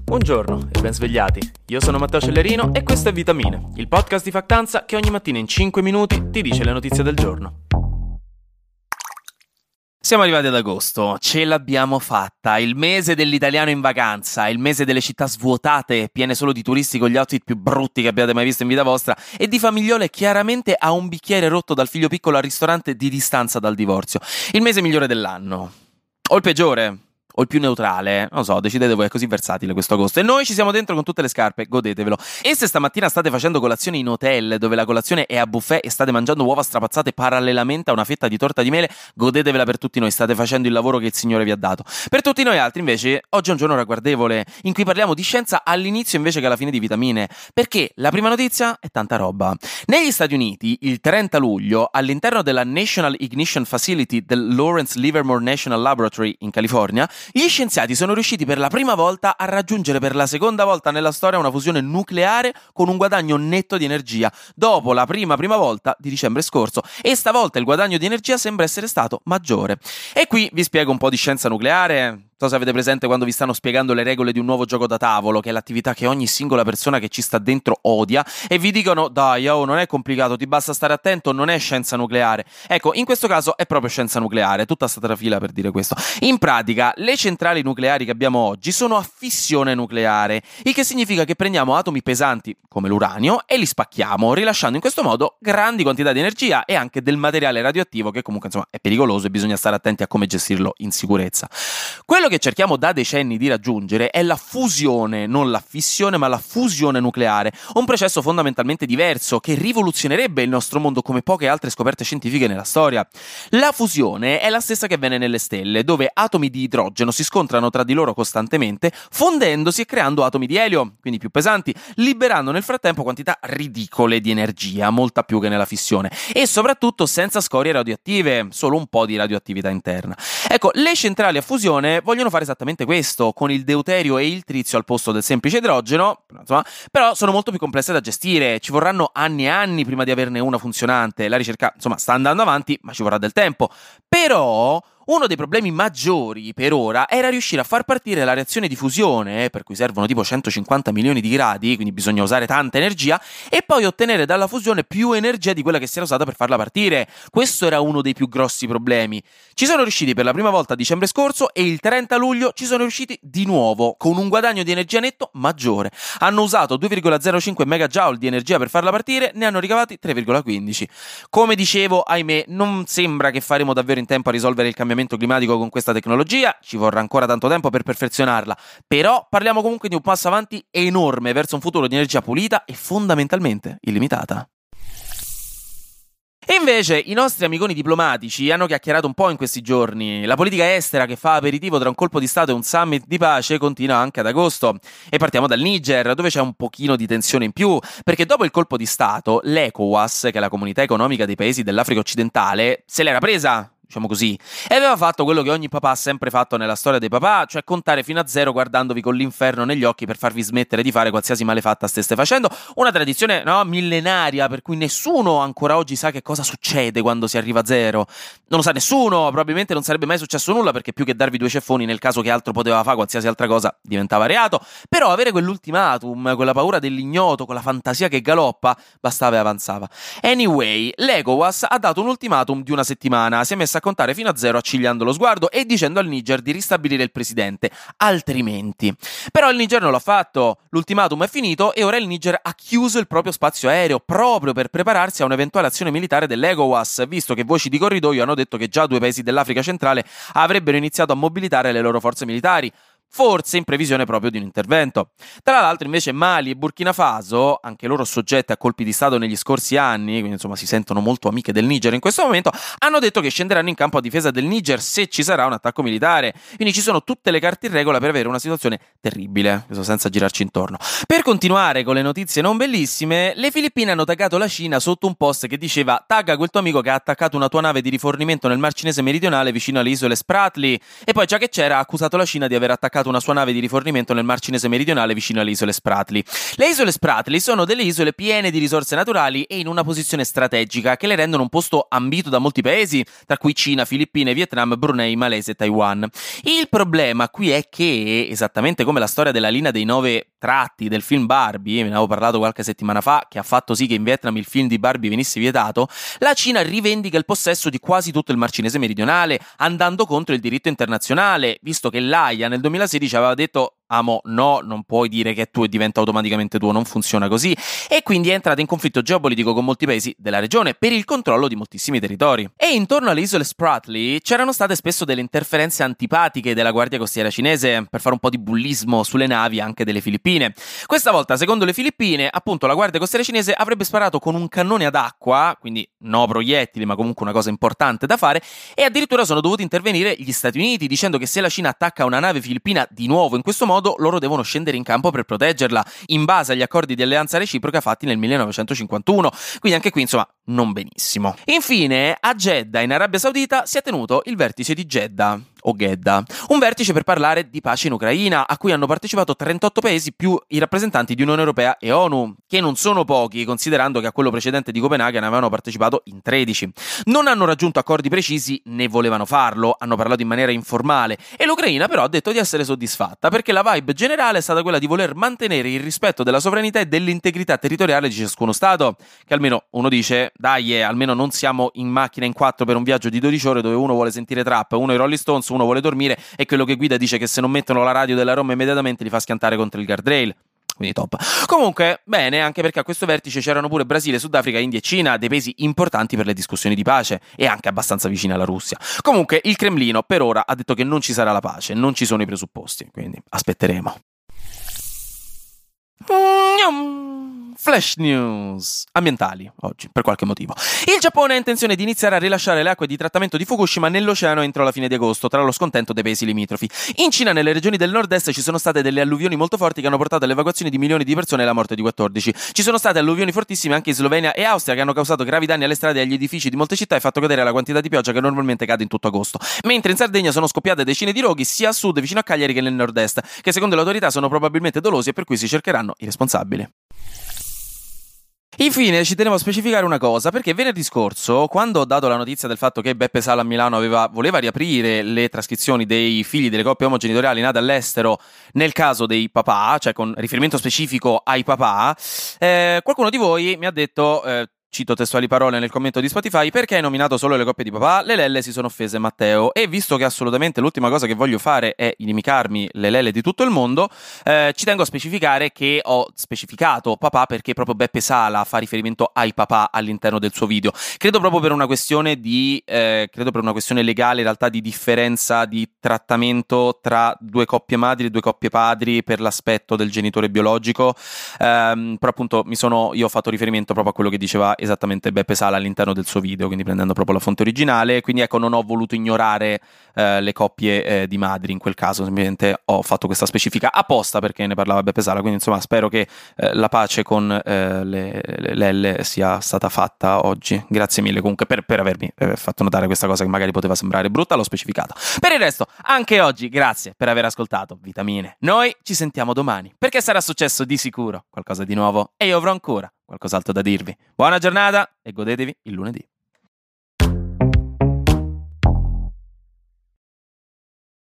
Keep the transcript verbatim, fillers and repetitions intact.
Buongiorno e ben svegliati. Io sono Matteo Cellerino e questo è Vitamine, il podcast di Factanza che ogni mattina in cinque minuti ti dice le notizie del giorno. Siamo arrivati ad agosto, ce l'abbiamo fatta, il mese dell'italiano in vacanza, il mese delle città svuotate, piene solo di turisti con gli outfit più brutti che abbiate mai visto in vita vostra e di famigliole chiaramente a un bicchiere rotto dal figlio piccolo al ristorante di distanza dal divorzio. Il mese migliore dell'anno. O il peggiore? O il più neutrale, non lo so, decidete voi, è così versatile questo agosto. E noi ci siamo dentro con tutte le scarpe, godetevelo. E se stamattina state facendo colazione in hotel, dove la colazione è a buffet e state mangiando uova strapazzate parallelamente a una fetta di torta di mele, godetevela per tutti noi, state facendo il lavoro che il Signore vi ha dato. Per tutti noi altri, invece, oggi è un giorno ragguardevole, in cui parliamo di scienza all'inizio invece che alla fine di Vitamine, perché la prima notizia è tanta roba. Negli Stati Uniti, il trenta luglio, all'interno della National Ignition Facility del Lawrence Livermore National Laboratory in California, gli scienziati sono riusciti per la prima volta a raggiungere per la seconda volta nella storia una fusione nucleare con un guadagno netto di energia, dopo la prima prima volta di dicembre scorso, e stavolta il guadagno di energia sembra essere stato maggiore. E qui vi spiego un po' di scienza nucleare. Non so se avete presente quando vi stanno spiegando le regole di un nuovo gioco da tavolo, che è l'attività che ogni singola persona che ci sta dentro odia, e vi dicono dai, oh, non è complicato, ti basta stare attento, non è scienza nucleare. Ecco, in questo caso è proprio scienza nucleare, tutta sta trafila per dire questo. In pratica, le centrali nucleari che abbiamo oggi sono a fissione nucleare, il che significa che prendiamo atomi pesanti, come l'uranio, e li spacchiamo, rilasciando in questo modo grandi quantità di energia e anche del materiale radioattivo che comunque insomma è pericoloso e bisogna stare attenti a come gestirlo in sicurezza. Quello che cerchiamo da decenni di raggiungere è la fusione, non la fissione, ma la fusione nucleare, un processo fondamentalmente diverso che rivoluzionerebbe il nostro mondo come poche altre scoperte scientifiche nella storia. La fusione è la stessa che avviene nelle stelle, dove atomi di idrogeno si scontrano tra di loro costantemente, fondendosi e creando atomi di elio, quindi più pesanti, liberando nel frattempo quantità ridicole di energia, molta più che nella fissione, e soprattutto senza scorie radioattive, solo un po' di radioattività interna. Ecco, le centrali a fusione vogliono fare esattamente questo, con il deuterio e il trizio al posto del semplice idrogeno, insomma, però sono molto più complesse da gestire, ci vorranno anni e anni prima di averne una funzionante, la ricerca insomma sta andando avanti, ma ci vorrà del tempo. Però uno dei problemi maggiori per ora era riuscire a far partire la reazione di fusione, per cui servono tipo centocinquanta milioni di gradi, quindi bisogna usare tanta energia, e poi ottenere dalla fusione più energia di quella che si era usata per farla partire. Questo era uno dei più grossi problemi. Ci sono riusciti per la prima volta a dicembre scorso e il trenta luglio ci sono riusciti di nuovo, con un guadagno di energia netto maggiore. Hanno usato due virgola zero cinque megajoule di energia per farla partire, ne hanno ricavati tre virgola quindici. Come dicevo, ahimè, non sembra che faremo davvero in tempo a risolvere il cambiamento climatico con questa tecnologia, ci vorrà ancora tanto tempo per perfezionarla, però parliamo comunque di un passo avanti enorme verso un futuro di energia pulita e fondamentalmente illimitata. E invece i nostri amiconi diplomatici hanno chiacchierato un po' in questi giorni. La politica estera che fa aperitivo tra un colpo di stato e un summit di pace continua anche ad agosto. E partiamo dal Niger, dove c'è un pochino di tensione in più, perché dopo il colpo di stato l'ECOWAS, che è la comunità economica dei paesi dell'Africa occidentale, se l'era presa, diciamo così, e aveva fatto quello che ogni papà ha sempre fatto nella storia dei papà, cioè contare fino a zero guardandovi con l'inferno negli occhi per farvi smettere di fare qualsiasi malefatta steste facendo, una tradizione no, millenaria per cui nessuno ancora oggi sa che cosa succede quando si arriva a zero. Non lo sa nessuno, probabilmente non sarebbe mai successo nulla perché più che darvi due ceffoni nel caso che altro poteva fare qualsiasi altra cosa diventava reato, però avere quell'ultimatum, quella paura dell'ignoto, quella fantasia che galoppa, bastava e avanzava. Anyway, l'ECOWAS ha dato un ultimatum di una settimana, si è messa a contare fino a zero accigliando lo sguardo e dicendo al Niger di ristabilire il presidente, altrimenti. Però il Niger non l'ha fatto, l'ultimatum è finito e ora il Niger ha chiuso il proprio spazio aereo proprio per prepararsi a un'eventuale azione militare dell'ECOWAS, visto che voci di corridoio hanno detto che già due paesi dell'Africa centrale avrebbero iniziato a mobilitare le loro forze militari, forse in previsione proprio di un intervento. Tra l'altro invece Mali e Burkina Faso, anche loro soggette a colpi di stato negli scorsi anni, quindi insomma si sentono molto amiche del Niger in questo momento, hanno detto che scenderanno in campo a difesa del Niger se ci sarà un attacco militare, quindi ci sono tutte le carte in regola per avere una situazione terribile, questo senza girarci intorno. Per continuare con le notizie non bellissime, le Filippine hanno taggato la Cina sotto un post che diceva tagga quel tuo amico che ha attaccato una tua nave di rifornimento nel Mar Cinese meridionale vicino alle isole Spratly, e poi già che c'era ha accusato la Cina di aver attaccato attaccato una sua nave di rifornimento nel Mar Cinese meridionale vicino alle isole Spratly. Le isole Spratly sono delle isole piene di risorse naturali e in una posizione strategica che le rendono un posto ambito da molti paesi, tra cui Cina, Filippine, Vietnam, Brunei, Malesia e Taiwan. Il problema qui è che, esattamente come la storia della linea dei nove tratti del film Barbie, ve ne avevo parlato qualche settimana fa, che ha fatto sì che in Vietnam il film di Barbie venisse vietato, la Cina rivendica il possesso di quasi tutto il Mar Cinese meridionale, andando contro il diritto internazionale, visto che l'A I A nel duemilasedici aveva detto Amo, no, non puoi dire che è tuo e diventa automaticamente tuo, non funziona così, e quindi è entrata in conflitto geopolitico con molti paesi della regione per il controllo di moltissimi territori. E intorno alle isole Spratly c'erano state spesso delle interferenze antipatiche della Guardia Costiera cinese per fare un po' di bullismo sulle navi anche delle Filippine. Questa volta, secondo le Filippine, appunto la Guardia Costiera cinese avrebbe sparato con un cannone ad acqua, quindi no proiettili, ma comunque una cosa importante da fare, e addirittura sono dovuti intervenire gli Stati Uniti dicendo che se la Cina attacca una nave filippina di nuovo in questo modo, loro devono scendere in campo per proteggerla, in base agli accordi di alleanza reciproca fatti nel millenovecentocinquantuno. Quindi anche qui, insomma, non benissimo. Infine, a Jeddah, in Arabia Saudita, si è tenuto il vertice di Jeddah, o Gedda, un vertice per parlare di pace in Ucraina, a cui hanno partecipato trentotto paesi più i rappresentanti di Unione Europea e ONU, che non sono pochi, considerando che a quello precedente di Copenaghen avevano partecipato in tredici. Non hanno raggiunto accordi precisi, né volevano farlo, hanno parlato in maniera informale, e l'Ucraina però ha detto di essere soddisfatta, perché la vibe generale è stata quella di voler mantenere il rispetto della sovranità e dell'integrità territoriale di ciascuno Stato, che almeno uno dice, dai, eh, almeno non siamo in macchina in quattro per un viaggio di dodici ore dove uno vuole sentire trap, uno i Rolling Stones, uno vuole dormire, e quello che guida dice che se non mettono la radio della Roma immediatamente li fa schiantare contro il guardrail. Quindi top. Comunque, bene, anche perché a questo vertice c'erano pure Brasile, Sudafrica, India e Cina, dei paesi importanti per le discussioni di pace e anche abbastanza vicini alla Russia. Comunque, il Cremlino per ora ha detto che non ci sarà la pace, non ci sono i presupposti, quindi aspetteremo. Flash news ambientali oggi, per qualche motivo. Il Giappone ha intenzione di iniziare a rilasciare le acque di trattamento di Fukushima nell'oceano entro la fine di agosto, tra lo scontento dei paesi limitrofi. In Cina, nelle regioni del nord-est, ci sono state delle alluvioni molto forti che hanno portato all'evacuazione di milioni di persone e alla morte di quattordici. Ci sono state alluvioni fortissime anche in Slovenia e Austria che hanno causato gravi danni alle strade e agli edifici di molte città e fatto cadere la quantità di pioggia che normalmente cade in tutto agosto. Mentre in Sardegna sono scoppiate decine di roghi sia a sud vicino a Cagliari che nel nord-est, che secondo le autorità sono probabilmente dolosi e per cui si cercheranno i responsabili. Infine ci tenevo a specificare una cosa, perché venerdì scorso, quando ho dato la notizia del fatto che Beppe Sala a Milano aveva, voleva riaprire le trascrizioni dei figli delle coppie omogenitoriali nate all'estero nel caso dei papà, cioè con riferimento specifico ai papà, eh, qualcuno di voi mi ha detto... Eh, cito testuali parole nel commento di Spotify, perché hai nominato solo le coppie di papà? Le lelle si sono offese, Matteo, e visto che assolutamente l'ultima cosa che voglio fare è inimicarmi le lelle di tutto il mondo, eh, ci tengo a specificare che ho specificato papà perché proprio Beppe Sala fa riferimento ai papà all'interno del suo video. Credo proprio per una questione di eh, credo per una questione legale, in realtà, di differenza di trattamento tra due coppie madri e due coppie padri per l'aspetto del genitore biologico, ehm, però appunto mi sono io ho fatto riferimento proprio a quello che diceva esattamente Beppe Sala all'interno del suo video, quindi prendendo proprio la fonte originale, quindi ecco, non ho voluto ignorare eh, le coppie eh, di madri in quel caso, semplicemente ho fatto questa specifica apposta perché ne parlava Beppe Sala, quindi insomma spero che eh, la pace con eh, le, le lelle sia stata fatta oggi. Grazie mille comunque per, per avermi eh, fatto notare questa cosa che magari poteva sembrare brutta, l'ho specificata. Per il resto, anche oggi, grazie per aver ascoltato Vitamine. Noi ci sentiamo domani, perché sarà successo di sicuro qualcosa di nuovo e io avrò ancora qualcos'altro da dirvi. Buona giornata e godetevi il lunedì.